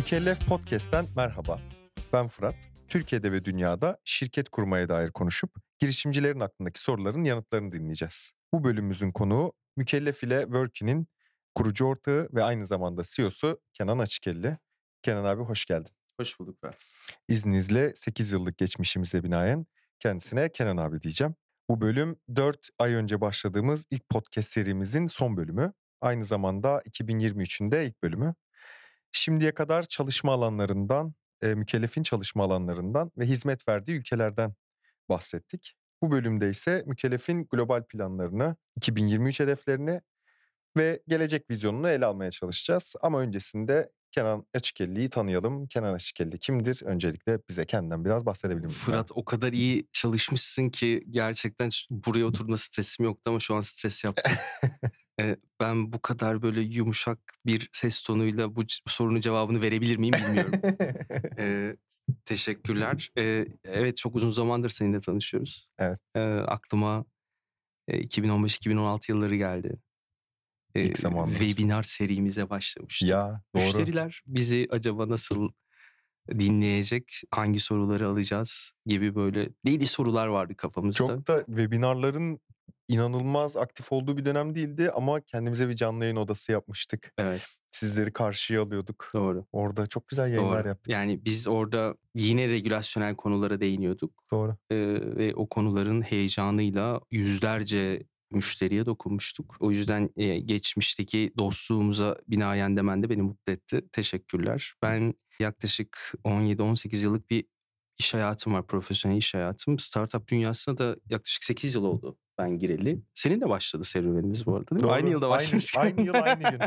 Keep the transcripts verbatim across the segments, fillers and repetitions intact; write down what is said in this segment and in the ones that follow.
Mükellef Podcast'ten merhaba. Ben Fırat. Türkiye'de ve dünyada şirket kurmaya dair konuşup girişimcilerin aklındaki soruların yanıtlarını dinleyeceğiz. Bu bölümümüzün konuğu Mükellef ile Worky'nin kurucu ortağı ve aynı zamanda C E O'su Kenan Açıkelli. Kenan abi hoş geldin. Hoş bulduk ben. İzninizle sekiz yıllık geçmişimize binaen kendisine Kenan abi diyeceğim. Bu bölüm dört ay önce başladığımız ilk podcast serimizin son bölümü. Aynı zamanda iki bin yirmi üçün de ilk bölümü. Şimdiye kadar çalışma alanlarından, e, mükellefin çalışma alanlarından ve hizmet verdiği ülkelerden bahsettik. Bu bölümde ise mükellefin global planlarını, iki bin yirmi üç hedeflerini ve gelecek vizyonunu ele almaya çalışacağız. Ama öncesinde Kenan Açıkelli'yi tanıyalım. Kenan Açıkelli kimdir? Öncelikle bize kendinden biraz bahsedebilir misin? Fırat, o kadar iyi çalışmışsın ki gerçekten buraya oturma stresim yoktu ama şu an stres yaptım. ee, ben bu kadar böyle yumuşak bir ses tonuyla bu sorunun cevabını verebilir miyim bilmiyorum. ee, teşekkürler. Ee, evet, çok uzun zamandır seninle tanışıyoruz. Evet. Ee, aklıma e, iki bin on beş iki bin on altı yılları geldi. Ee, İlk zamanlar. Webinar serimize başlamıştık. Ya doğru. Müşteriler bizi acaba nasıl dinleyecek, hangi soruları alacağız gibi böyle deli sorular vardı kafamızda. Çok da webinarların inanılmaz aktif olduğu bir dönem değildi ama kendimize bir canlı yayın odası yapmıştık. Evet. Sizleri karşıya alıyorduk. Doğru. Orada çok güzel yayınlar Doğru. yaptık. Yani biz orada yine regülasyonel konulara değiniyorduk. Doğru. Ee, ve o konuların heyecanıyla yüzlerce müşteriye dokunmuştuk. O yüzden e, geçmişteki dostluğumuza binaen demen de beni mutlu etti. Teşekkürler. Ben yaklaşık on yedi on sekiz yıllık bir iş hayatım var, profesyonel iş hayatım. Startup dünyasına da yaklaşık sekiz yıl oldu ben gireli. Seninle başladı serüvenimiz bu arada, değil mi? Doğru. Aynı yılda başlamıştık. Aynı, aynı yıl aynı gün.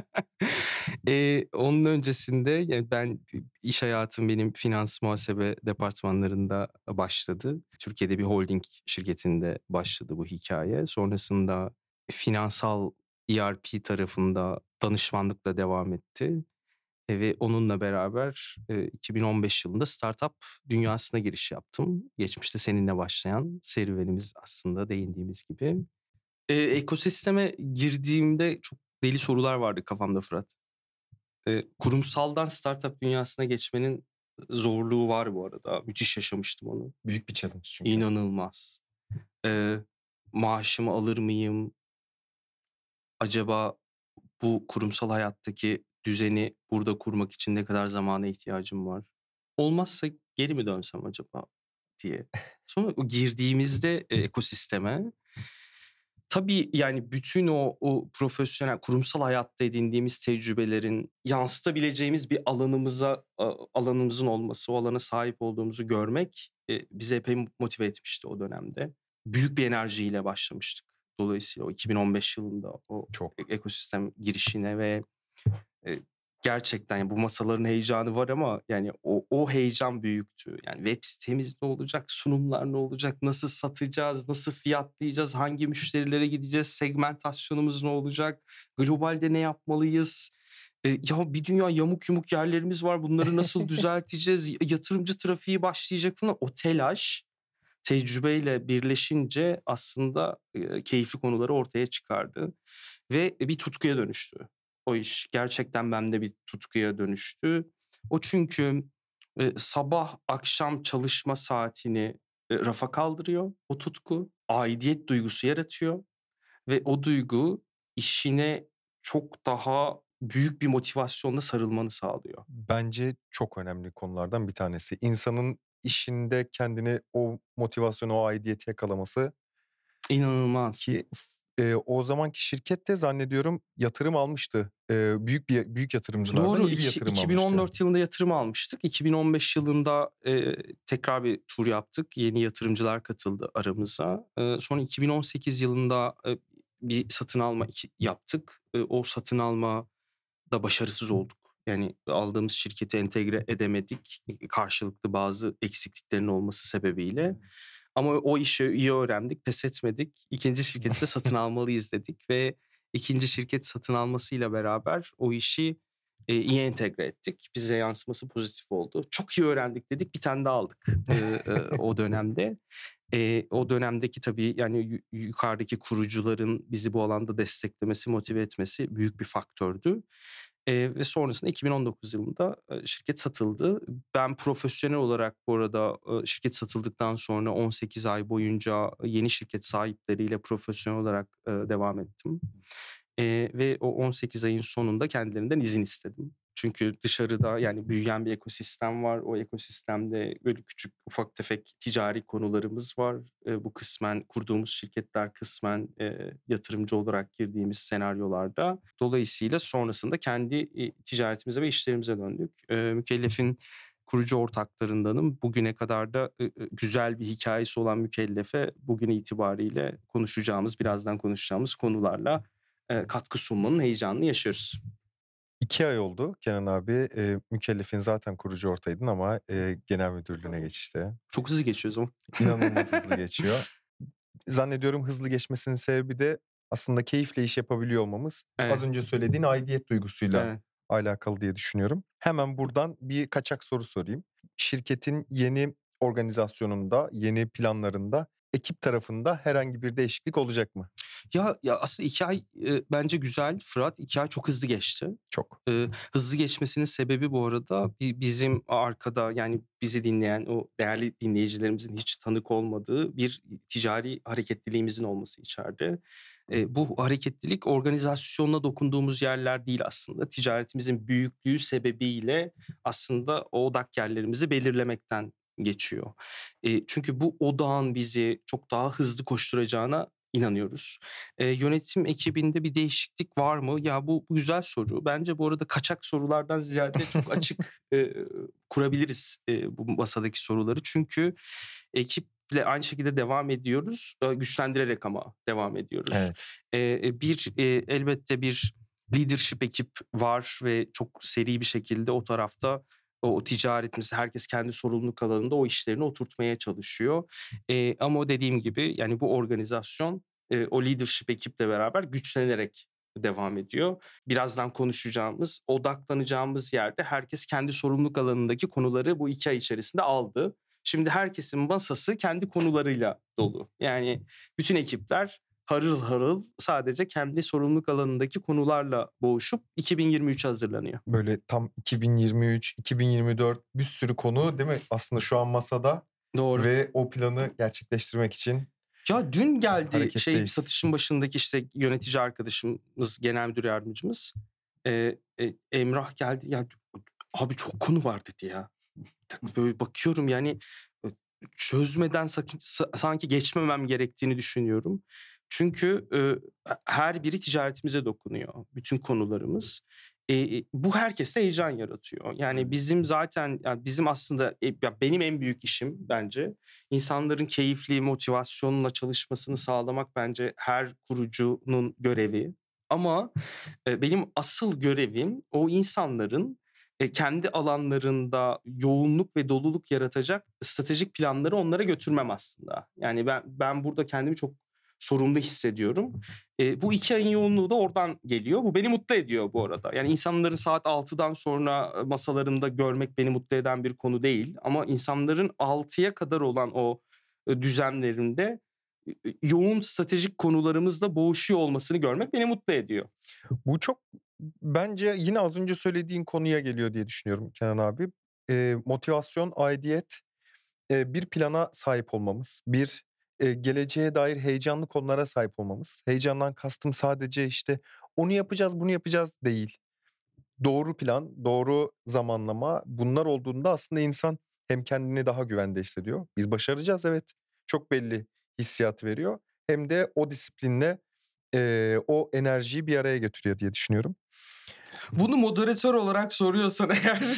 ee, onun öncesinde yani ben iş hayatım benim finans muhasebe departmanlarında başladı. Türkiye'de bir holding şirketinde başladı bu hikaye. Sonrasında finansal E R P tarafında danışmanlıkla devam etti. E, ve onunla beraber e, iki bin on beş yılında startup dünyasına giriş yaptım. Geçmişte seninle başlayan serüvenimiz aslında değindiğimiz gibi. E, ekosisteme girdiğimde çok deli sorular vardı kafamda Fırat. E, kurumsaldan startup dünyasına geçmenin zorluğu var bu arada. Müthiş yaşamıştım onu. Büyük bir challenge çünkü. İnanılmaz. E, maaşımı alır mıyım? Acaba bu kurumsal hayattaki düzeni burada kurmak için ne kadar zamana ihtiyacım var? Olmazsa geri mi dönsem acaba diye. Sonra o girdiğimizde e, ekosisteme tabii yani bütün o, o profesyonel kurumsal hayatta edindiğimiz tecrübelerin yansıtabileceğimiz bir alanımıza alanımızın olması, o alana sahip olduğumuzu görmek e, bizi epey motive etmişti o dönemde. Büyük bir enerjiyle başlamıştık. Dolayısıyla o iki bin on beş yılında o Çok. ekosistem girişine ve e, gerçekten yani bu masaların heyecanı var ama yani o, o heyecan büyüktü. Yani web sitemiz ne olacak, sunumlar ne olacak, nasıl satacağız, nasıl fiyatlayacağız, hangi müşterilere gideceğiz, segmentasyonumuz ne olacak, globalde ne yapmalıyız? E, ya bir dünya yamuk yumuk yerlerimiz var, bunları nasıl düzelteceğiz, yatırımcı trafiği başlayacak falan, o telaş tecrübeyle birleşince aslında e, keyifli konuları ortaya çıkardı ve bir tutkuya dönüştü. O iş gerçekten bende bir tutkuya dönüştü. O çünkü e, sabah akşam çalışma saatini e, rafa kaldırıyor. O tutku aidiyet duygusu yaratıyor ve o duygu işine çok daha büyük bir motivasyonla sarılmanı sağlıyor. Bence çok önemli konulardan bir tanesi. İnsanın işinde kendini o motivasyonu, o aidiyeti yakalaması. İnanılmaz. Ki e, o zamanki şirket de zannediyorum yatırım almıştı. E, büyük bir büyük yatırımcılardan Doğru, iyi bir yatırım iki bin on dört almıştı. yılında yatırım almıştık. iki bin on beş yılında e, tekrar bir tur yaptık. Yeni yatırımcılar katıldı aramıza. E, sonra iki bin on sekiz yılında e, bir satın alma yaptık. E, o satın alma da başarısız olduk. Yani aldığımız şirketi entegre edemedik. Karşılıklı bazı eksikliklerin olması sebebiyle. Ama o işi iyi öğrendik, pes etmedik. İkinci şirketi de satın almalıyız dedik ve ikinci şirket satın almasıyla beraber o işi e, iyi entegre ettik. Bize yansıması pozitif oldu. Çok iyi öğrendik dedik, bir tane daha aldık e, e, o dönemde. E, o dönemdeki tabii yani yukarıdaki kurucuların bizi bu alanda desteklemesi, motive etmesi büyük bir faktördü. Eee, ve sonrasında iki bin on dokuz yılında, eee, şirket satıldı. Ben profesyonel olarak bu arada, ııı, şirket satıldıktan sonra on sekiz ay boyunca yeni şirket sahipleriyle profesyonel olarak, eee, devam ettim. Eee, ve o on sekiz ayın sonunda kendilerinden izin istedim. Çünkü dışarıda, yani, büyüyen bir ekosistem var. O ekosistemde böyle küçük, ufak tefek ticari konularımız var. Eee, bu kısmen kurduğumuz şirketler, kısmen, eee, yatırımcı olarak girdiğimiz senaryolarda. Dolayısıyla sonrasında kendi, iii, ticaretimize ve işlerimize döndük. Eee, Mükellef'in kurucu ortaklarındanım. Bugüne kadar da, ı ı güzel bir hikâyesi olan Mükellef'e bugün itibariyle konuşacağımız, birazdan konuşacağımız konularla, eee, katkı sunmanın heyecanını yaşıyoruz. iki ay oldu Kenan abi. Eee, Mükellef'in zaten kurucu ortağıydın ama, eee, genel müdürlüğüne geçişte. Çok hızlı geçiyor zaman. İnanılmaz hızlı geçiyor. Zannediyorum hızlı geçmesinin sebebi de aslında keyifle iş yapabiliyor olmamız. Az Evet, önce söylediğin aidiyet duygusuyla evet. alakalı diye düşünüyorum. Hemen buradan bir kaçak soru sorayım. Şirketin yeni organizasyonunda, yeni planlarında ekip tarafında herhangi bir değişiklik olacak mı? Ya ya, aslında iki ay, eee, bence güzel Fırat. iki ay çok hızlı geçti. Çok. Eee, hızlı geçmesinin sebebi bu arada bi bizim arkada, yani, bizi dinleyen o değerli dinleyicilerimizin hiç tanık olmadığı bir ticari hareketliliğimizin olması içeride. Eee, bu hareketlilik organizasyonuna dokunduğumuz yerler değil aslında. Ticaretimizin büyüklüğü sebebiyle aslında o odak yerlerimizi belirlemekten geçiyor. Eee, çünkü bu odağın bizi çok daha hızlı koşturacağına inanıyoruz. Eee, yönetim ekibinde bir değişiklik var mı? Ya, bu bu güzel soru. Bence bu arada kaçak sorulardan ziyade çok açık, eee, kurabiliriz, eee, bu masadaki soruları. Çünkü ekiple aynı şekilde devam ediyoruz, eee, güçlendirerek ama devam ediyoruz. Evet. Eee, bir, eee, elbette bir leadership ekip var ve çok seri bir şekilde o tarafta o o ticaretimiz herkes kendi sorumluluk alanında o işlerini oturtmaya çalışıyor. Eee, ama o dediğim gibi, yani, bu organizasyon, eee, o leadership ekiple beraber güçlenerek devam ediyor. Birazdan konuşacağımız, odaklanacağımız yerde herkes kendi sorumluluk alanındaki konuları bu iki ay içerisinde aldı. Şimdi herkesin masası kendi konularıyla dolu. Yani bütün ekipler harıl harıl sadece kendi sorumluluk alanındaki konularla boğuşup iki bin yirmi üçe hazırlanıyor. Böyle tam iki bin yirmi üç, iki bin yirmi dört bir sürü konu değil mi? Aslında şu an masada Doğru. ve o planı gerçekleştirmek için Ya, dün geldi şey hareketteyiz. satışın başındaki, işte, yönetici arkadaşımız, genel müdür yardımcımız. Eee, e Emrah geldi. "Ya, abi çok konu var." dedi ya. Böyle bakıyorum, yani, ı çözmeden sakin sa sanki geçmemem gerektiğini düşünüyorum. Çünkü, ııı, he her biri ticaretimize dokunuyor, bütün konularımız. Eee, bu herkeste heyecan yaratıyor. Yani, bizim zaten, ya, bizim aslında, eee, ya, benim en büyük işim bence insanların keyifli, motivasyonla çalışmasını sağlamak bence her kurucunun görevi. Ama, eee, benim asıl görevim o insanların, eee, kendi alanlarında yoğunluk ve doluluk yaratacak stratejik planları onlara götürmem aslında. Yani ben ben burada kendimi çok sorumlu hissediyorum. Eee, bu iki ayın yoğunluğu da oradan geliyor. Bu beni mutlu ediyor bu arada. Yani insanların saat altıdan sonra, eee, masalarında görmek beni mutlu eden bir konu değil. Ama insanların altıya kadar olan o, eee, düzenlerinde, ı ı yoğun stratejik konularımızla boğuşuyor olmasını görmek beni mutlu ediyor. Bu çok bence yine az önce söylediğin konuya geliyor diye düşünüyorum Kenan abi. Eee, motivasyon, aidiyet, eee, bir plana sahip olmamız, bir, eee, geleceğe dair heyecanlı konulara sahip olmamız. Heyecandan kastım sadece, işte, onu yapacağız, bunu yapacağız değil. Doğru plan, doğru zamanlama bunlar olduğunda aslında insan hem kendini daha güvende hissediyor. Biz başaracağız, evet, çok belli hissiyatı veriyor. Hem de o disiplinle, eee, o enerjiyi bir araya getiriyor diye düşünüyorum. Bunu moderatör olarak soruyorsan eğer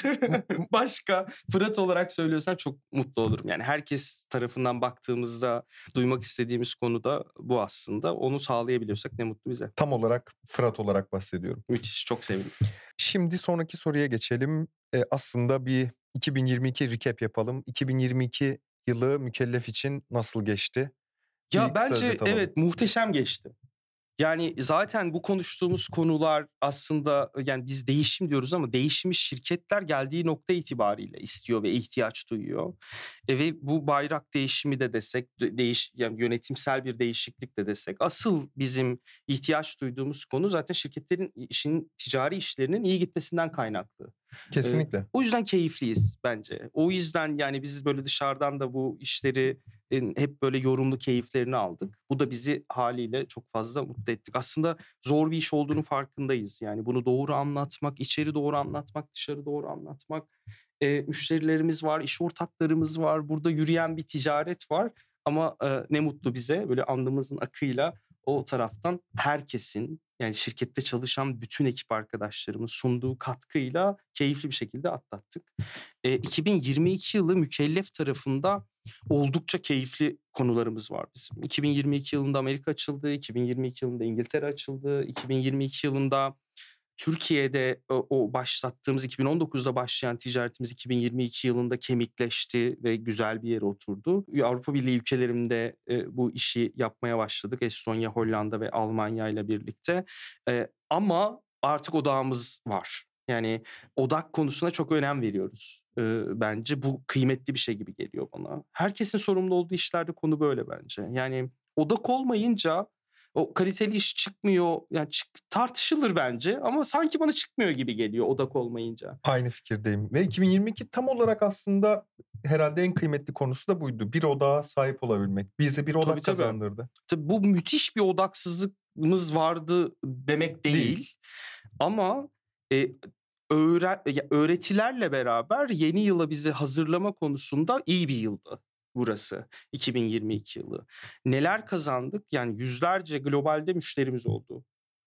başka, Fırat olarak söylüyorsan çok mutlu olurum. Yani herkes tarafından baktığımızda duymak istediğimiz konu da bu aslında. Onu sağlayabiliyorsak ne mutlu bize. Tam olarak Fırat olarak bahsediyorum. Müthiş, çok sevindim. Şimdi sonraki soruya geçelim. Eee, aslında bir iki bin yirmi iki recap yapalım. iki bin yirmi iki yılı Mükellef için nasıl geçti? Bir Ya, kısa bence özet alalım. evet, muhteşem geçti. Yani, zaten bu konuştuğumuz konular aslında, yani, biz değişim diyoruz ama değişimi şirketler geldiği nokta itibariyle istiyor ve ihtiyaç duyuyor. E, ve bu bayrak değişimi de desek, de değiş yani, yönetimsel bir değişiklik de desek asıl bizim ihtiyaç duyduğumuz konu zaten şirketlerin işin ticari işlerinin iyi gitmesinden kaynaklı. Eee, Kesinlikle. o yüzden keyifliyiz bence. O yüzden, yani, biz böyle dışarıdan da bu işleri, eee, hep böyle yorumlu keyiflerini aldık. Bu da bizi hâliyle çok fazla mutlu ettik. Aslında zor bir iş olduğunun farkındayız. Yani, bunu doğru anlatmak, içeri doğru anlatmak, dışarı doğru anlatmak. Eee, müşterilerimiz var, iş ortaklarımız var, burada yürüyen bir ticaret var ama, eee, ne mutlu bize, böyle alnımızın akıyla o taraftan herkesin, yani, şirkette çalışan bütün ekip arkadaşlarımın sunduğu katkıyla keyifli bir şekilde atlattık. Eee, iki bin yirmi iki yılı Mükellef tarafında oldukça keyifli konularımız var bizim. iki bin yirmi iki yılında Amerika açıldı, iki bin yirmi iki yılında İngiltere açıldı, iki bin yirmi iki yılında Türkiye'de o o başlattığımız iki bin on dokuzda başlayan ticaretimiz iki bin yirmi iki yılında kemikleşti ve güzel bir yere oturdu. Avrupa Birliği ülkelerinde, eee, bu işi yapmaya başladık. Estonya, Hollanda ve Almanya'yla birlikte. Eee, ama artık odağımız var. Yani odak konusuna çok önem veriyoruz. Eee, bence bu kıymetli bir şey gibi geliyor bana. Herkesin sorumlu olduğu işlerde konu böyle bence. Yani odak olmayınca o kaliteli iş çıkmıyor. Yani çık tartışılır bence ama sanki bana çıkmıyor gibi geliyor odak olmayınca. Aynı fikirdeyim ve iki bin yirmi iki tam olarak aslında herhâlde en kıymetli konusu da buydu. Bir odağa sahip olabilmek. Bize bir Tabii, odak tabii. kazandırdı. Tabii bu müthiş bir odaksızlığımız vardı demek Değil. değil ama, eee, öğren ya, öğretilerle beraber yeni yıla bizi hazırlama konusunda iyi bir yıldı burası, iki bin yirmi iki yılı. Neler kazandık? Yani yüzlerce globalde müşterimiz oldu.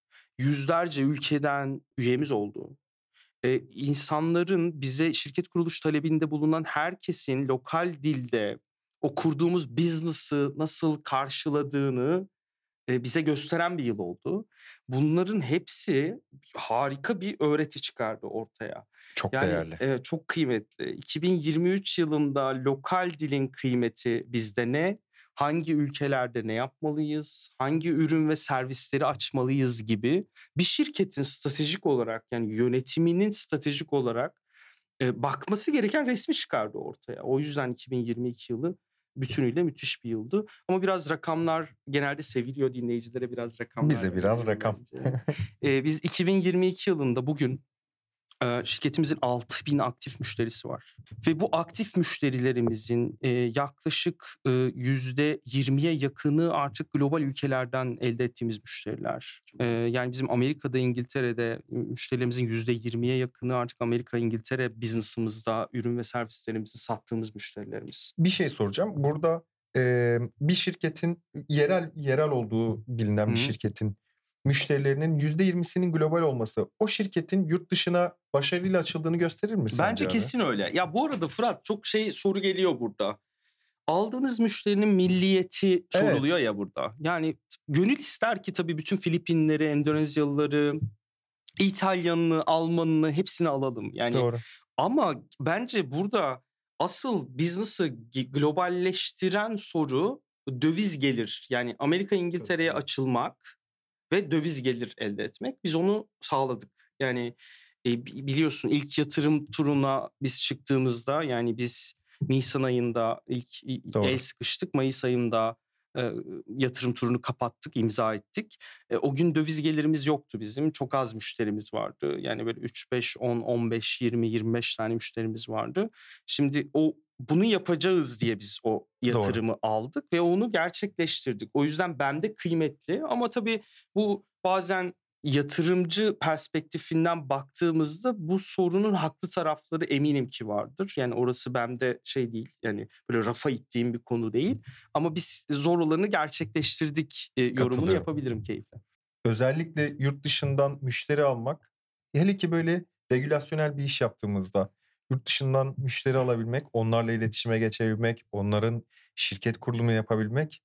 Yüzlerce ülkeden üyemiz oldu. Eee, insanların bize şirket kuruluş talebinde bulunan herkesin lokal dilde o kurduğumuz business'ı nasıl karşıladığını, eee, bize gösteren bir yıl oldu. Bunların hepsi harika bir öğreti çıkardı ortaya. Çok Yani, değerli. eee, çok kıymetli. iki bin yirmi üç yılında lokal dilin kıymeti bizde ne? Hangi ülkelerde ne yapmalıyız? Hangi ürün ve servisleri açmalıyız gibi bir şirketin stratejik olarak, yani yönetiminin stratejik olarak, eee, bakması gereken resmi çıkardı ortaya. O yüzden iki bin yirmi iki yılı bütünüyle müthiş bir yıldı ama biraz rakamlar genelde seviliyor. Dinleyicilere biraz rakamlarla Bize biraz verelim rakam. bence. Eee, biz iki bin yirmi iki yılında bugün, eee, şirketimizin altı bin aktif müşterisi var ve bu aktif müşterilerimizin, eee, yaklaşık, ııı, yüzde yirmiye yakını artık global ülkelerden elde ettiğimiz müşteriler. Eee, yani bizim Amerika'da, İngiltere'de mü müşterilerimizin yüzde yirmiye yakını artık Amerika, İngiltere business'ımızda ürün ve servislerimizi sattığımız müşterilerimiz. Bir şey soracağım. Burada, emm, bir şirketin yerel yerel olduğu Hı bilinen bir hı. şirketin müşterilerinin yüzde yirmisinin global olması o şirketin yurt dışına başarıyla açıldığını gösterir mi Bence sence abi? kesin öyle. Ya, bu arada Fırat çok şey soru geliyor burada. Aldığınız müşterinin milliyeti soruluyor Evet, ya burada. Yani t gönül ister ki tabii bütün Filipinleri, Endonezyalıları, İtalyanını, Almanını hepsini alalım. Yani doğru. ama bence burada asıl business'ı gi globalleştiren soru döviz gelir. Yani Amerika, İngiltere'ye Katılıyorum. açılmak ve döviz gelir elde etmek. Biz onu sağladık. Yani, eee, bi biliyorsun ilk yatırım turuna biz çıktığımızda, yani, biz nisan ayında ilk i el Doğru. sıkıştık. Mayıs ayında, eee, yatırım turunu kapattık, imza ettik. Eee, o gün döviz gelirimiz yoktu bizim. Çok az müşterimiz vardı. Yani, böyle üç beş, on on beş, yirmi yirmi beş tane müşterimiz vardı. Şimdi o bunu yapacağız diye biz o Doğru. yatırımı aldık ve onu gerçekleştirdik. O yüzden bende kıymetli ama tabii bu bazen yatırımcı perspektifinden baktığımızda bu sorunun haklı tarafları eminim ki vardır. Yani orası bende şey değil, yani böyle rafa ittiğim bir konu değil ama biz zor olanı gerçekleştirdik, eee, yorumunu Katılıyorum. yapabilirim keyifle. Özellikle yurt dışından müşteri almak, hele ki böyle regülasyonel bir iş yaptığımızda yurt dışından müşteri alabilmek, onlarla iletişime geçebilmek, onların şirket kurulumu yapabilmek,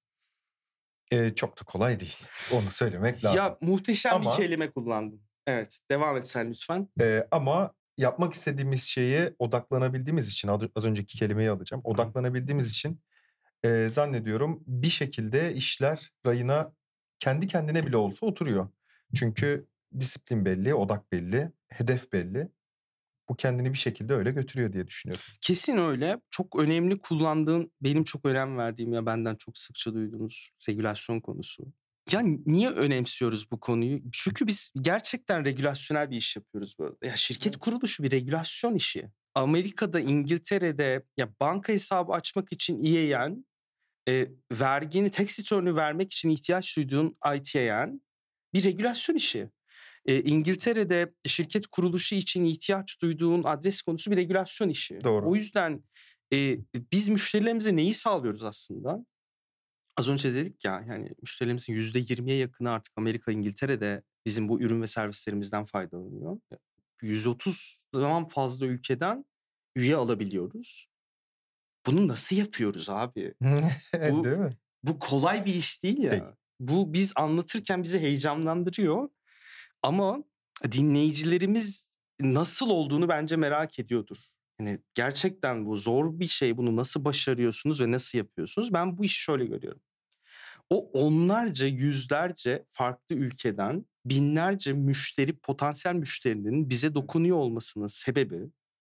eee, çok da kolay değil. Onu söylemek lazım. Ya, muhteşem bir Ama, kelime kullandın. Evet, devam et sen lütfen. eee, ama yapmak istediğimiz şeye odaklanabildiğimiz için adı az önceki kelimeyi alacağım. Hı hı. Odaklanabildiğimiz için, eee, zannediyorum bir şekilde işler rayına kendi kendine bile olsa oturuyor. Çünkü disiplin belli, odak belli, hedef belli. Bu kendini bir şekilde öyle götürüyor diye düşünüyorum. Kesin öyle. Çok önemli kullandığın, benim çok önem verdiğim ya benden çok sıkça duyduğunuz regülasyon konusu. Ya niye önemsiyoruz bu konuyu? Çünkü biz gerçekten regülasyonel bir iş yapıyoruz bu arada. Ya şirket Evet. kuruluşu bir regülasyon işi. Amerika'da, İngiltere'de ya banka hesabı açmak için E A N, e, vergini, tax return'ü vermek için ihtiyaç duyduğun I T A N bir regülasyon işi. E, İngiltere'de şirket kuruluşu için ihtiyaç duyduğun adres konusu bir regülasyon işi. O Doğru. yüzden e, biz müşterilerimize neyi sağlıyoruz aslında? Az önce dedik ya, yani müşterilerimizin yüzde yirmiye yakını artık Amerika, İngiltere'de bizim bu ürün ve servislerimizden faydalanıyor. yüz otuzdan fazla ülkeden üye alabiliyoruz. Bunu nasıl yapıyoruz abi? Bu Değil mi? bu kolay bir iş değil Değil. ya. Bu biz anlatırken bizi heyecanlandırıyor ama dinleyicilerimiz nasıl olduğunu bence merak ediyordur. Hani gerçekten bu zor bir şey. Bunu nasıl başarıyorsunuz ve nasıl yapıyorsunuz? Ben bu işi şöyle görüyorum. O onlarca, yüzlerce farklı ülkeden binlerce müşteri, potansiyel müşterinin bize dokunuyor olmasının sebebi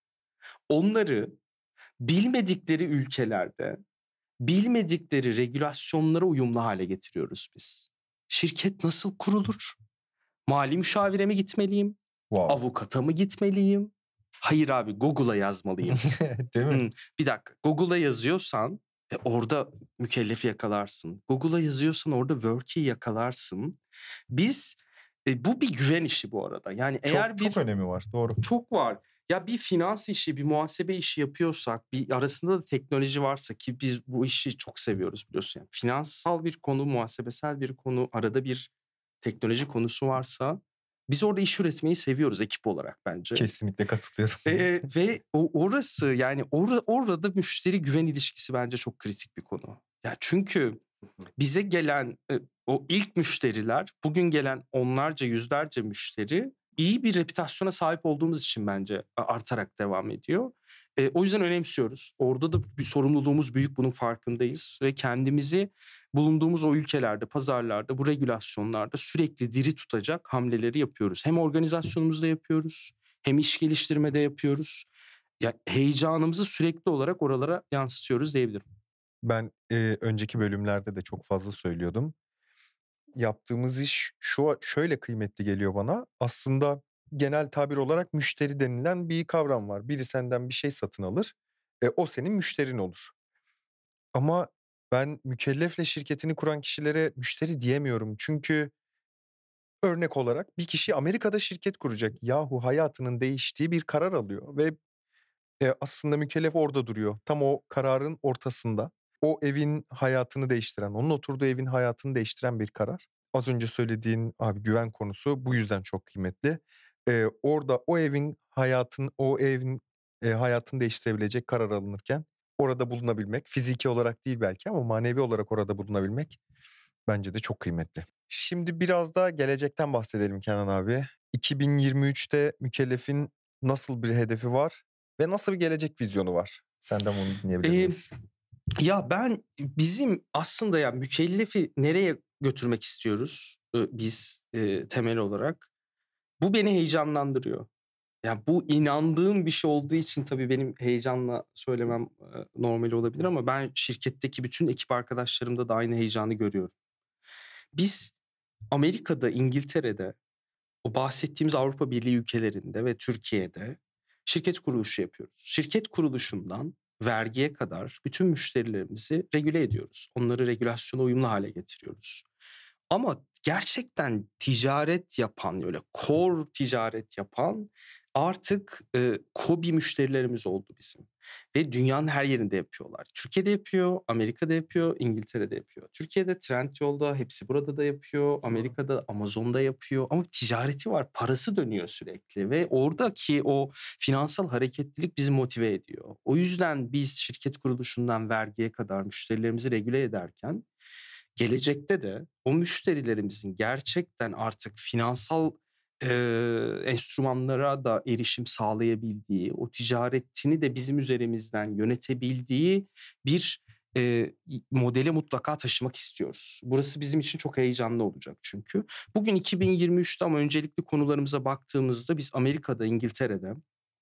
onları bilmedikleri ülkelerde, bilmedikleri regülasyonlara uyumlu hale getiriyoruz biz. Şirket nasıl kurulur? Mali müşavire mi gitmeliyim? Wow. Avukata mı gitmeliyim? Hayır abi, Google'a yazmalıyım. Değil mi? Hımm, bir dakika, Google'a yazıyorsan, e, orada mükellefi yakalarsın. Google'a yazıyorsan orada Workey'i yakalarsın. Biz, e, bu bir güven işi bu arada. Yani Çok eğer çok bir önemi var. Doğru. çok var. Ya bir finans işi, bir muhasebe işi yapıyorsak, bir arasında da teknoloji varsa ki biz bu işi çok seviyoruz biliyorsun. Yani finansal bir konu, muhasebesel bir konu, arada bir teknoloji konusu varsa biz orada iş üretmeyi seviyoruz ekip olarak bence. Kesinlikle katılıyorum. Eee, ve o orası yani ora orada müşteri güven ilişkisi bence çok kritik bir konu. Ya çünkü bize gelen, eee, o ilk müşteriler, bugün gelen onlarca, yüzlerce müşteri iyi bir reputasyona sahip olduğumuz için bence a artarak devam ediyor. Eee, o yüzden önemsiyoruz. Orada da bir sorumluluğumuz büyük, bunun farkındayız ve kendimizi bulunduğumuz o ülkelerde, pazarlarda, bu regülasyonlarda sürekli diri tutacak hamleleri yapıyoruz. Hem organizasyonumuzda yapıyoruz, hem iş geliştirmede yapıyoruz. Ya heyecanımızı sürekli olarak oralara yansıtıyoruz diyebilirim. Ben, eee, önceki bölümlerde de çok fazla söylüyordum. Yaptığımız iş şu şöyle kıymetli geliyor bana. Aslında genel tabir olarak müşteri denilen bir kavram var. Biri senden bir şey satın alır, e, o senin müşterin olur. Ama ben mükellefle şirketini kuran kişilere müşteri diyemiyorum. Çünkü örnek olarak bir kişi Amerika'da şirket kuracak. Yahu hayatının değiştiği bir karar alıyor ve Eee, aslında mükellef orada duruyor. Tam o kararın ortasında. O evin hayatını değiştiren, onun oturduğu evin hayatını değiştiren bir karar. Az önce söylediğin, abi, güven konusu bu yüzden çok kıymetli. Eee, orada o evin hayatın o evin, eee, hayatını değiştirebilecek karar alınırken orada bulunabilmek, fiziki olarak değil belki ama manevi olarak orada bulunabilmek bence de çok kıymetli. Şimdi biraz da gelecekten bahsedelim Kenan abi. iki bin yirmi üçte mükellefin nasıl bir hedefi var ve nasıl bir gelecek vizyonu var? Senden bunu dinleyebilir Emm, miyiz? ya ben bizim aslında ya mükellefi nereye götürmek istiyoruz, ııı, biz, eee, temel olarak? Bu beni heyecanlandırıyor. Ya, bu inandığım bir şey olduğu için tabii benim heyecanla söylemem, eee, normal olabilir ama ben şirketteki bütün ekip arkadaşlarımda da aynı heyecanı görüyorum. Biz Amerika'da, İngiltere'de, o bahsettiğimiz Avrupa Birliği ülkelerinde ve Türkiye'de şirket kuruluşu yapıyoruz. Şirket kuruluşundan vergiye kadar bütün müşterilerimizi regüle ediyoruz. Onları regülasyona uyumlu hale getiriyoruz. Ama gerçekten ticaret yapan, öyle core ticaret yapan artık, eee, KOBİ müşterilerimiz oldu bizim ve dünyanın her yerinde yapıyorlar. Türkiye'de yapıyor, Amerika'da yapıyor, İngiltere'de yapıyor. Türkiye'de Trendyol'da, Hepsi Burada da yapıyor, Doğru. Amerika'da Amazon'da yapıyor ama ticareti var, parası dönüyor sürekli ve oradaki o finansal hareketlilik bizi motive ediyor. O yüzden biz şirket kuruluşundan vergiye kadar müşterilerimizi regüle ederken gelecekte de o müşterilerimizin gerçekten artık finansal, eee, enstrümanlara da erişim sağlayabildiği, o ticaretini de bizim üzerimizden yönetebildiği bir eee, i modele mutlaka taşımak istiyoruz. Burası bizim için çok heyecanlı olacak çünkü. Bugün iki bin yirmi üçte ama öncelikli konularımıza baktığımızda biz Amerika'da, İngiltere'de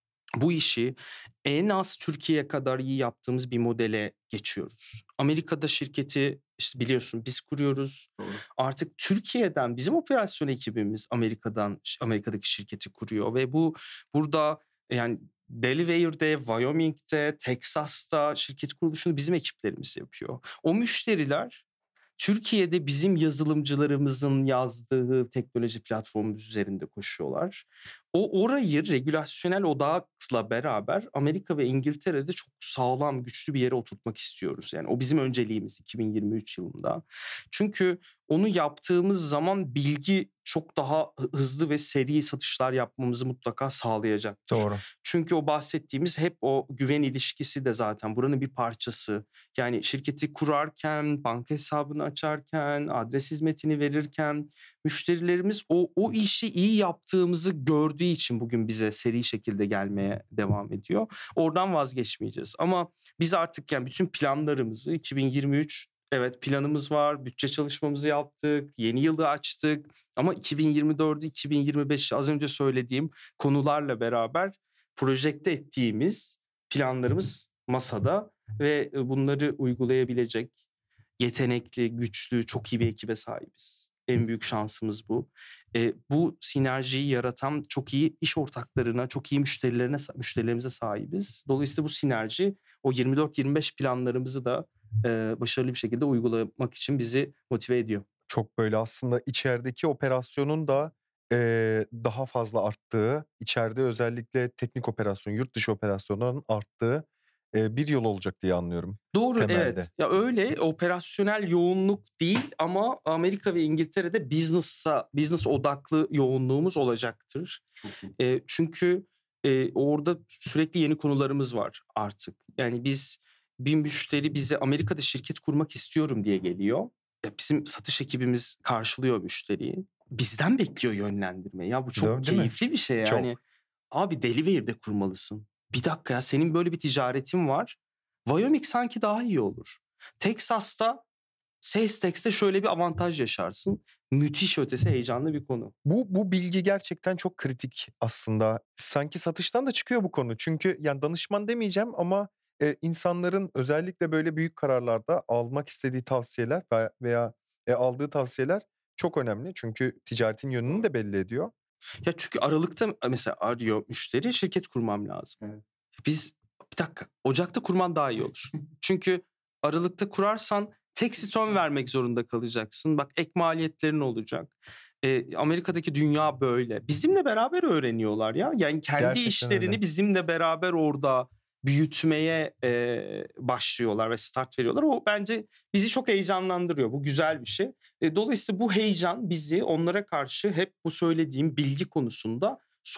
bu işi en az Türkiye kadar iyi yaptığımız bir modele geçiyoruz. Amerika'da şirketi, işte, biliyorsun biz kuruyoruz. Doğru. Artık Türkiye'den bizim operasyon ekibimiz Amerika'dan ş Amerika'daki şirketi kuruyor ve bu burada, yani, Delaware'de, Wyoming'de, Texas'ta şirket kuruluşunu bizim ekiplerimiz yapıyor. O müşteriler Türkiye'de bizim yazılımcılarımızın yazdığı teknoloji platformumuz üzerinde koşuyorlar. O orayı regülasyonel odakla beraber Amerika ve İngiltere'de çok sağlam, güçlü bir yere oturtmak istiyoruz. Yani o bizim önceliğimiz iki bin yirmi üç yılında. Çünkü onu yaptığımız zaman bilgi çok daha hı hızlı ve seri satışlar yapmamızı mutlaka sağlayacaktır. Doğru. Çünkü o bahsettiğimiz hep o güven ilişkisi de zaten buranın bir parçası. Yani şirketi kurarken, banka hesabını açarken, adres hizmetini verirken müşterilerimiz o o işi iyi yaptığımızı gördüğü için bugün bize seri şekilde gelmeye devam ediyor. Oradan vazgeçmeyeceğiz ama biz artık, yani, bütün planlarımızı iki bin yirmi üç evet, planımız var, bütçe çalışmamızı yaptık, yeni yılı açtık ama iki bin yirmi dördü, iki bin yirmi beşi az önce söylediğim konularla beraber projekte ettiğimiz planlarımız masada ve, eee, bunları uygulayabilecek yetenekli, güçlü, çok iyi bir ekibe sahibiz. En büyük şansımız bu. Eee, bu sinerjiyi yaratan çok iyi iş ortaklarına, çok iyi müşterilerine sa müşterilerimize sahibiz. Dolayısıyla bu sinerji o yirmi dört yirmi beş planlarımızı da, eee, başarılı bir şekilde uygulamak için bizi motive ediyor. Çok böyle aslında içerideki operasyonun da, eee, daha fazla arttığı, içeride özellikle teknik operasyon, yurt dışı operasyonların arttığı, eee, bir yıl olacak diye anlıyorum Doğru, temelde. evet. Ya, öyle operasyonel yoğunluk değil ama Amerika ve İngiltere'de business'a business odaklı yoğunluğumuz olacaktır. Çok iyi. Eee, çünkü, eee, orada sürekli yeni konularımız var artık. Yani biz bir müşteri bize Amerika'da şirket kurmak istiyorum diye geliyor. E, bizim satış ekibimiz karşılıyor müşteriyi. Bizden bekliyor yönlendirme. Ya, bu çok Değil değil mi? keyifli bir şey yani. Çok. Abi Delaware'de kurmalısın. Bir dakika ya, senin böyle bir ticaretin var. Wyoming sanki daha iyi olur. Texas'ta SalesTax'te şöyle bir avantaj yaşarsın. Müthiş ötesi heyecanlı bir konu. Bu bu bilgi gerçekten çok kritik aslında. Sanki satıştan da çıkıyor bu konu. Çünkü yani danışman demeyeceğim ama, eee, insanların özellikle böyle büyük kararlarda almak istediği tavsiyeler ve veya, eee, aldığı tavsiyeler çok önemli. Çünkü ticaretin yönünü de belli ediyor. Ya çünkü aralıkta mesela arıyor müşteri, şirket kurmam lazım. Evet. Biz bir dakika, ocakta kurman daha iyi olur. Çünkü aralıkta kurarsan tax return vermek zorunda kalacaksın. Bak ek maliyetlerin olacak. Eee, Amerika'daki dünya böyle. Bizimle beraber öğreniyorlar ya. Yani kendi Gerçekten öyle. işlerini bizimle beraber orada büyütmeye, eee, başlıyorlar ve start veriyorlar. O bence bizi çok heyecanlandırıyor. Bu güzel bir şey. Eee, dolayısıyla bu heyecan bizi onlara karşı hep bu söylediğim bilgi konusunda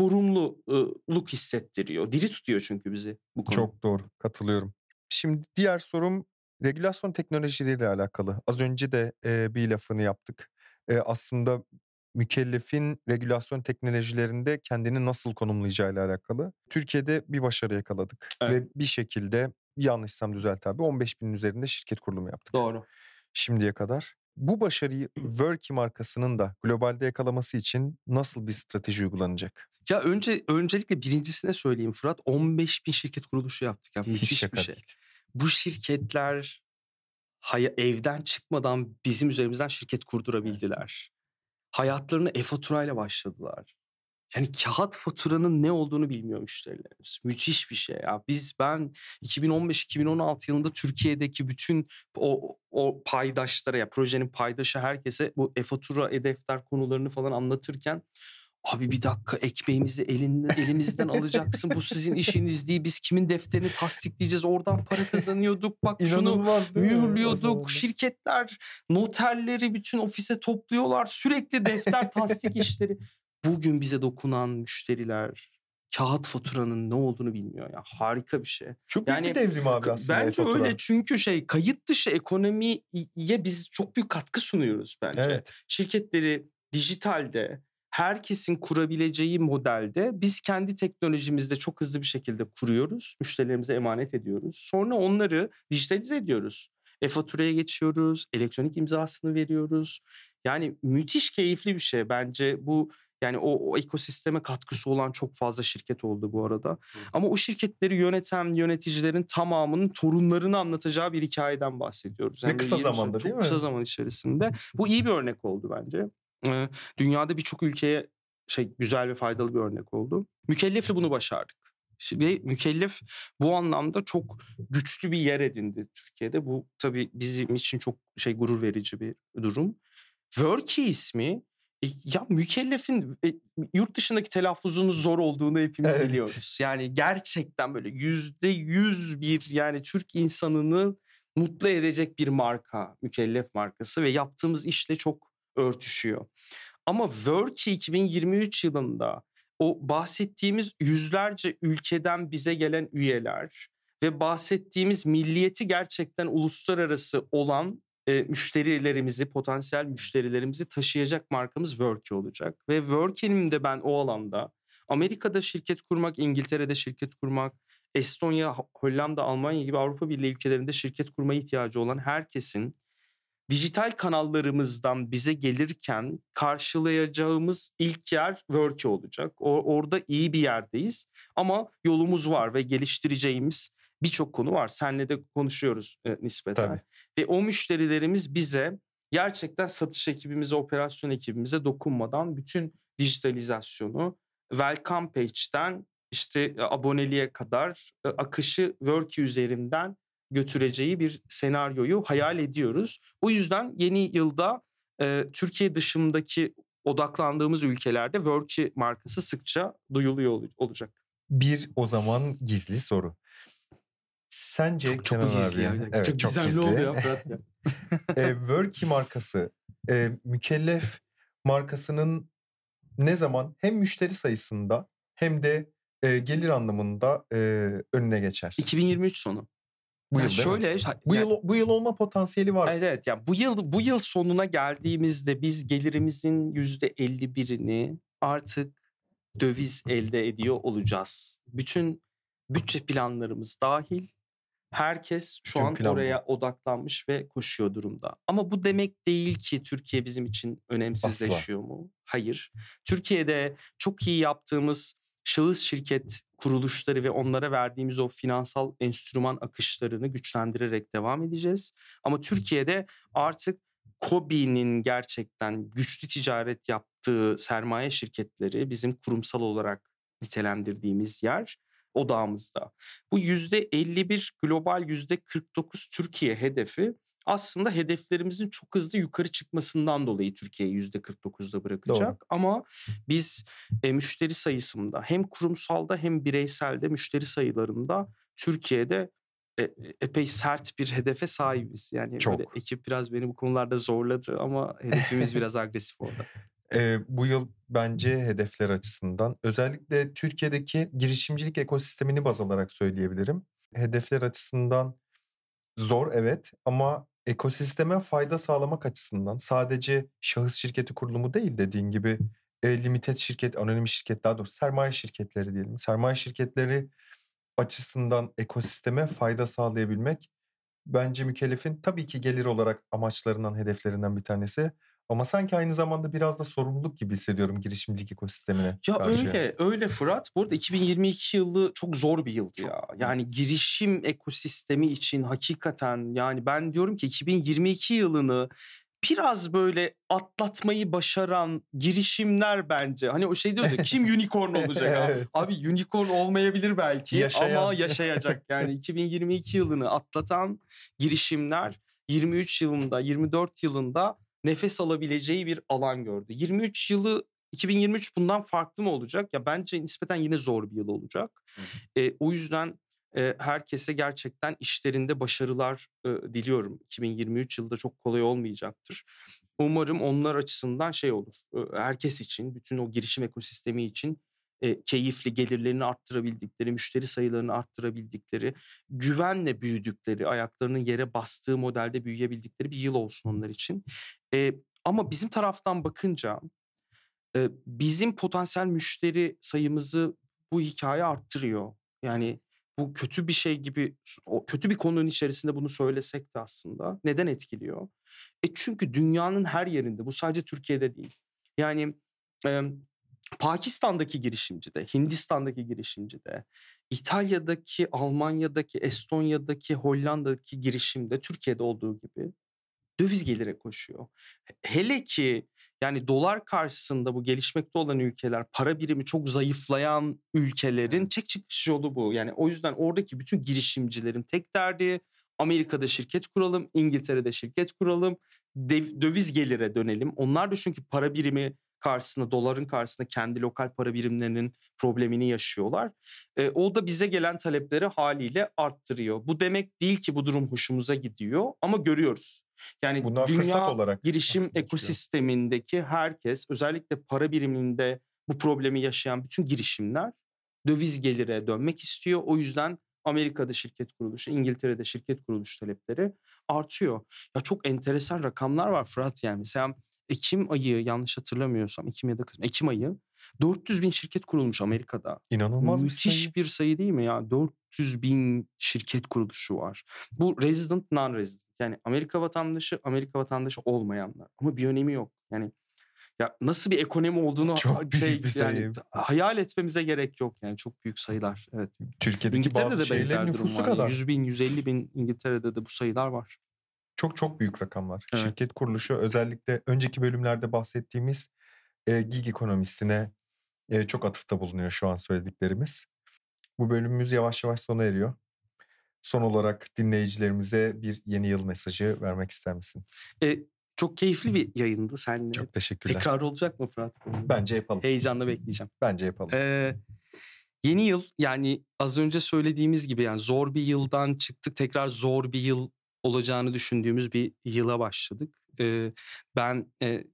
sorumluluk hissettiriyor. Diri tutuyor çünkü bizi bu konu. Çok doğru, katılıyorum. Şimdi diğer sorum regülasyon teknolojileriyle alakalı. Az önce de, eee, bir lafını yaptık. Eee, aslında mükellefin regülasyon teknolojilerinde kendini nasıl konumlayacağıyla alakalı. Türkiye'de bir başarı yakaladık Evet, ve bir şekilde, yanlışsam düzelt abi, on beş binin üzerinde şirket kurulumu yaptık doğru. şimdiye kadar. Bu başarıyı Worky markasının da globalde yakalaması için nasıl bir strateji uygulanacak? Ya önce öncelikle birincisine söyleyeyim Fırat, on beş bin şirket kuruluşu yaptık ya, Hiç müthiş bir şaka şey. değil. Bu şirketler haya evden çıkmadan bizim üzerimizden şirket kurdurabildiler. Hayatlarına e-faturayla başladılar. Yani kağıt faturanın ne olduğunu bilmiyor müşterilerimiz. Müthiş bir şey ya. Biz ben iki bin on beş iki bin on altı yılında Türkiye'deki bütün o o paydaşlara, ya projenin paydaşı herkese bu e-fatura, e-defter konularını falan anlatırken "Abi bir dakika, ekmeğimizi elinde elimizden alacaksın. Bu sizin işiniz değil. Biz kimin defterini tasdikleyeceğiz? Oradan para kazanıyorduk. Bak şunu İnanılmaz değil mi o mühürlüyorduk." zamanlar? Şirketler noterleri bütün ofise topluyorlar. Sürekli defter tasdik işleri. Bugün bize dokunan müşteriler kağıt faturanın ne olduğunu bilmiyor ya. Harika bir şey. Çok büyük bir Yani devrim abi k aslında bence öyle e-fatura. çünkü şey, kayıt dışı ekonomiye biz çok büyük katkı sunuyoruz bence. Evet. Şirketleri dijitalde, herkesin kurabileceği modelde biz kendi teknolojimizde çok hızlı bir şekilde kuruyoruz. Müşterilerimize emanet ediyoruz. Sonra onları dijitalize ediyoruz. E-faturaya geçiyoruz, elektronik imzasını veriyoruz. Yani müthiş keyifli bir şey bence bu, yani o o ekosisteme katkısı olan çok fazla şirket oldu bu arada. Hı. Ama o şirketleri yöneten yöneticilerin tamamının torunlarını anlatacağı bir hikâyeden bahsediyoruz. Ve Yani böyle kısa yirmi sene zamanda değil çok kısa mi? zaman içerisinde. Bu iyi bir örnek oldu bence. Eee, dünyada birçok ülkeye şey, güzel ve faydalı bir örnek oldu. Mükellef'le bunu başardık. Şi ve Mükellef bu anlamda çok güçlü bir yer edindi Türkiye'de. Bu tabii bizim için çok şey, gurur verici bir durum. Worky ismi, e, ya Mükellef'in e, yurt dışındaki telaffuzunun zor olduğunu hepimiz Evet. biliyoruz. Yani gerçekten böyle yüzde yüz bir yani Türk insanını mutlu edecek bir marka Mükellef markası ve yaptığımız işle çok örtüşüyor. Ama Worky iki bin yirmi üç yılında o bahsettiğimiz yüzlerce ülkeden bize gelen üyeler ve bahsettiğimiz milliyeti gerçekten uluslararası olan e, müşterilerimizi, potansiyel müşterilerimizi taşıyacak markamız Worky olacak. Ve Worky'nin de ben o alanda Amerika'da şirket kurmak, İngiltere'de şirket kurmak, Estonya, Hollanda, Almanya gibi Avrupa Birliği ülkelerinde şirket kurmaya ihtiyacı olan herkesin dijital kanallarımızdan bize gelirken karşılayacağımız ilk yer Worky olacak. O orada iyi bir yerdeyiz ama yolumuz var ve geliştireceğimiz birçok konu var. Seninle de konuşuyoruz, eee, Tabii. nispeten ve o müşterilerimiz bize gerçekten satış ekibimize, operasyon ekibimize dokunmadan bütün dijitalizasyonu welcome page'ten, işte, aboneliğe kadar, eee, akışı Worky üzerinden götüreceği bir senaryoyu hayal ediyoruz. O yüzden yeni yılda, eee, Türkiye dışındaki odaklandığımız ülkelerde Worky markası sıkça duyuluyor olu olacak. Bir o zaman gizli soru. Sence Çok çok mu Kenan gizli ya? abi Bir dakika. Evet, Çok çok gizemli oldu gizli. ya Fırat ya. Eee, Worky markası, eee, Mükellef markasının ne zaman hem müşteri sayısında hem de, eee, gelir anlamında, eee, önüne geçer? iki bin yirmi üç sonu. Bu Ya yıl değil mi? şöyle, ha Bu ya yıl bu yıl olma potansiyeli var. Evet, evet. Ya bu yıl bu yıl sonuna geldiğimizde biz gelirimizin yüzde elli birini artık döviz elde ediyor olacağız. Bütün bütçe planlarımız dahil herkes şu Bütün an plan bu. oraya odaklanmış ve koşuyor durumda. Ama bu demek değil ki Türkiye bizim için Asla. önemsizleşiyor mu? Hayır. Türkiye'de çok iyi yaptığımız şahıs şirket kuruluşları ve onlara verdiğimiz o finansal enstrüman akışlarını güçlendirerek devam edeceğiz. Ama Türkiye'de artık KOBİ'nin gerçekten güçlü ticaret yaptığı sermaye şirketleri bizim kurumsal olarak nitelendirdiğimiz yer odağımızda. Bu yüzde elli bir global yüzde kırk dokuz Türkiye hedefi aslında hedeflerimizin çok hızlı yukarı çıkmasından dolayı Türkiye'yi yüzde kırk dokuzda Doğru. bırakacak. Ama biz e, müşteri sayısında hem kurumsalda hem bireyselde müşteri sayılarında Türkiye'de e, epey sert bir hedefe sahibiz. Yani böyle Çok. ekip biraz beni bu konularda zorladı ama hedefimiz biraz agresif orada. Eee, bu yıl bence hedefler açısından özellikle Türkiye'deki girişimcilik ekosistemini baz alarak söyleyebilirim. Hedefler açısından zor evet ama ekosisteme fayda sağlamak açısından sadece şahıs şirketi kurulumu değil dediğin gibi, eee, limited şirket, anonim şirket daha doğrusu sermaye şirketleri diyelim. Sermaye şirketleri açısından ekosisteme fayda sağlayabilmek bence Mükellef'in tabii ki gelir olarak amaçlarından, hedeflerinden bir tanesi ama sanki aynı zamanda biraz da sorumluluk gibi hissediyorum girişimcilik ekosistemine Ya karşı. öyle, öyle Fırat. Bu arada iki bin yirmi iki yılı çok zor bir yıldı Çok, ya. evet. Yani girişim ekosistemi için hakikaten yani ben diyorum ki iki bin yirmi iki yılını biraz böyle atlatmayı başaran girişimler bence. Hani o şey diyoruz ya, kim unicorn olacak? A Evet. abi unicorn olmayabilir belki ama Yaşayan. yaşayacak. Yani iki bin yirmi iki yılını atlatan girişimler yirmi üç yılında, yirmi dört yılında nefes alabileceği bir alan gördü. yirmi üç yılı iki bin yirmi üç bundan farklı mı olacak? Ya bence nispeten yine zor bir yıl olacak. Hı hı. Eee, o yüzden, eee, herkese gerçekten işlerinde başarılar, ııı, diliyorum. iki bin yirmi üç yılı da çok kolay olmayacaktır. Umarım onlar açısından şey olur, ııı, herkes için, bütün o girişim ekosistemi için, eee, keyifli, gelirlerini arttırabildikleri, müşteri sayılarını arttırabildikleri, güvenle büyüdükleri, ayaklarının yere bastığı modelde büyüyebildikleri bir yıl olsun onlar için. Eee, ama bizim taraftan bakınca Eee, bizim potansiyel müşteri sayımızı bu hikâye arttırıyor. Yani bu kötü bir şey gibi o kötü bir konunun içerisinde bunu söylesek de aslında neden etkiliyor? E, çünkü dünyanın her yerinde, bu sadece Türkiye'de değil. Yani, emm, Pakistan'daki girişimci de, Hindistan'daki girişimci de, İtalya'daki, Almanya'daki, Estonya'daki, Hollanda'daki girişim de Türkiye'de olduğu gibi döviz gelire koşuyor. He hele ki, yani, dolar karşısında bu gelişmekte olan ülkeler, para birimi çok zayıflayan ülkelerin Evet. tek çıkış yolu bu. Yani, o yüzden oradaki bütün girişimcilerin tek derdi Amerika'da şirket kuralım, İngiltere'de şirket kuralım, dev döviz gelire dönelim. Onlar da çünkü para birimi karşısında, doların karşısında kendi lokal para birimlerinin problemini yaşıyorlar. Eee, o da bize gelen talepleri hâliyle arttırıyor. Bu demek değil ki bu durum hoşumuza gidiyor ama görüyoruz. Yani Bunlar fırsat dünya olarak girişim aslında çıkıyor. ekosistemindeki herkes, özellikle para biriminde bu problemi yaşayan bütün girişimler döviz gelire dönmek istiyor. O yüzden Amerika'da şirket kuruluşu, İngiltere'de şirket kuruluş talepleri artıyor. Ya, çok enteresan rakamlar var Fırat, yani. Mesela ekim ayı, yanlış hatırlamıyorsam ekim ya da kasım, ekim ayı dört yüz bin şirket kurulmuş Amerika'da. İnanılmaz bir sayı. Müthiş bir sayı değil mi ya? dört yüz bin şirket kuruluşu var. Bu resident, non-resident. Yani Amerika vatandaşı, Amerika vatandaşı olmayanlar. Ama bir önemi yok. Yani ya nasıl bir ekonomi olduğunu Çok büyük şey bir yani sayı. hayal etmemize gerek yok yani çok büyük sayılar. Evet. Türkiye'deki İngiltere'de bazı de şehirlerin benzer durum nüfusu var. kadar. yüz bin, yüz elli bin İngiltere'de de bu sayılar var. Çok çok büyük rakamlar. Evet. Şirket kuruluşu özellikle önceki bölümlerde bahsettiğimiz, eee, gig ekonomisine, eee, çok atıfta bulunuyor şu an söylediklerimiz. Bu bölümümüz yavaş yavaş sona eriyor. Son olarak dinleyicilerimize bir yeni yıl mesajı vermek ister misin? Eee, çok keyifli bir yayındı seninle. Çok teşekkürler. Tekrar olacak mı Fırat bu? Bence yapalım. Heyecanla bekleyeceğim. Bence yapalım. Eee, yeni yıl, yani az önce söylediğimiz gibi, yani zor bir yıldan çıktık. Tekrar zor bir yıl olacağını düşündüğümüz bir yıla başladık. Eee, ben, eee,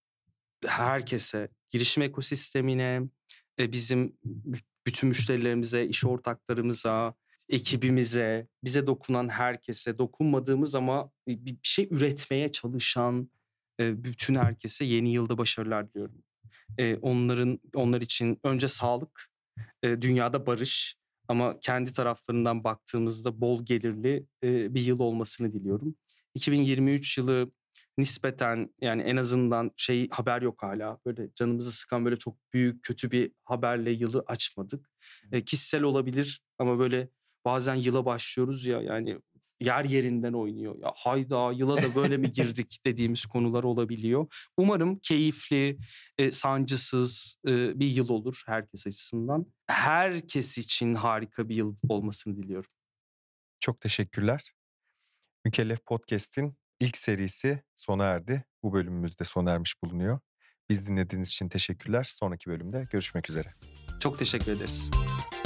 herkese, girişim ekosistemine, eee, bizim bü bütün müşterilerimize, iş ortaklarımıza, ekibimize, bize dokunan herkese, dokunmadığımız ama bi bir şey üretmeye çalışan, eee, bütün herkese yeni yılda başarılar diliyorum. Eee, onların onlar için önce sağlık, eee, dünyada barış ama kendi taraflarından baktığımızda bol gelirli, eee, bir yıl olmasını diliyorum. iki bin yirmi üç yılı nispeten, yani en azından şey haber yok hâlâ, böyle canımızı sıkan böyle çok büyük kötü bir haberle yılı açmadık. Eee, kişisel olabilir ama böyle bazen yıla başlıyoruz ya, yani yer yerinden oynuyor. Ya, hayda, yıla da böyle mi girdik dediğimiz konular olabiliyor. Umarım keyifli, eee, sancısız, eee, bir yıl olur herkes açısından. Herkes için harika bir yıl olmasını diliyorum. Çok teşekkürler. Mükellef Podcast'in ilk serisi sona erdi. Bu bölümümüz de sona ermiş bulunuyor. Biz dinlediğiniz için teşekkürler. Sonraki bölümde görüşmek üzere. Çok teşekkür ederiz.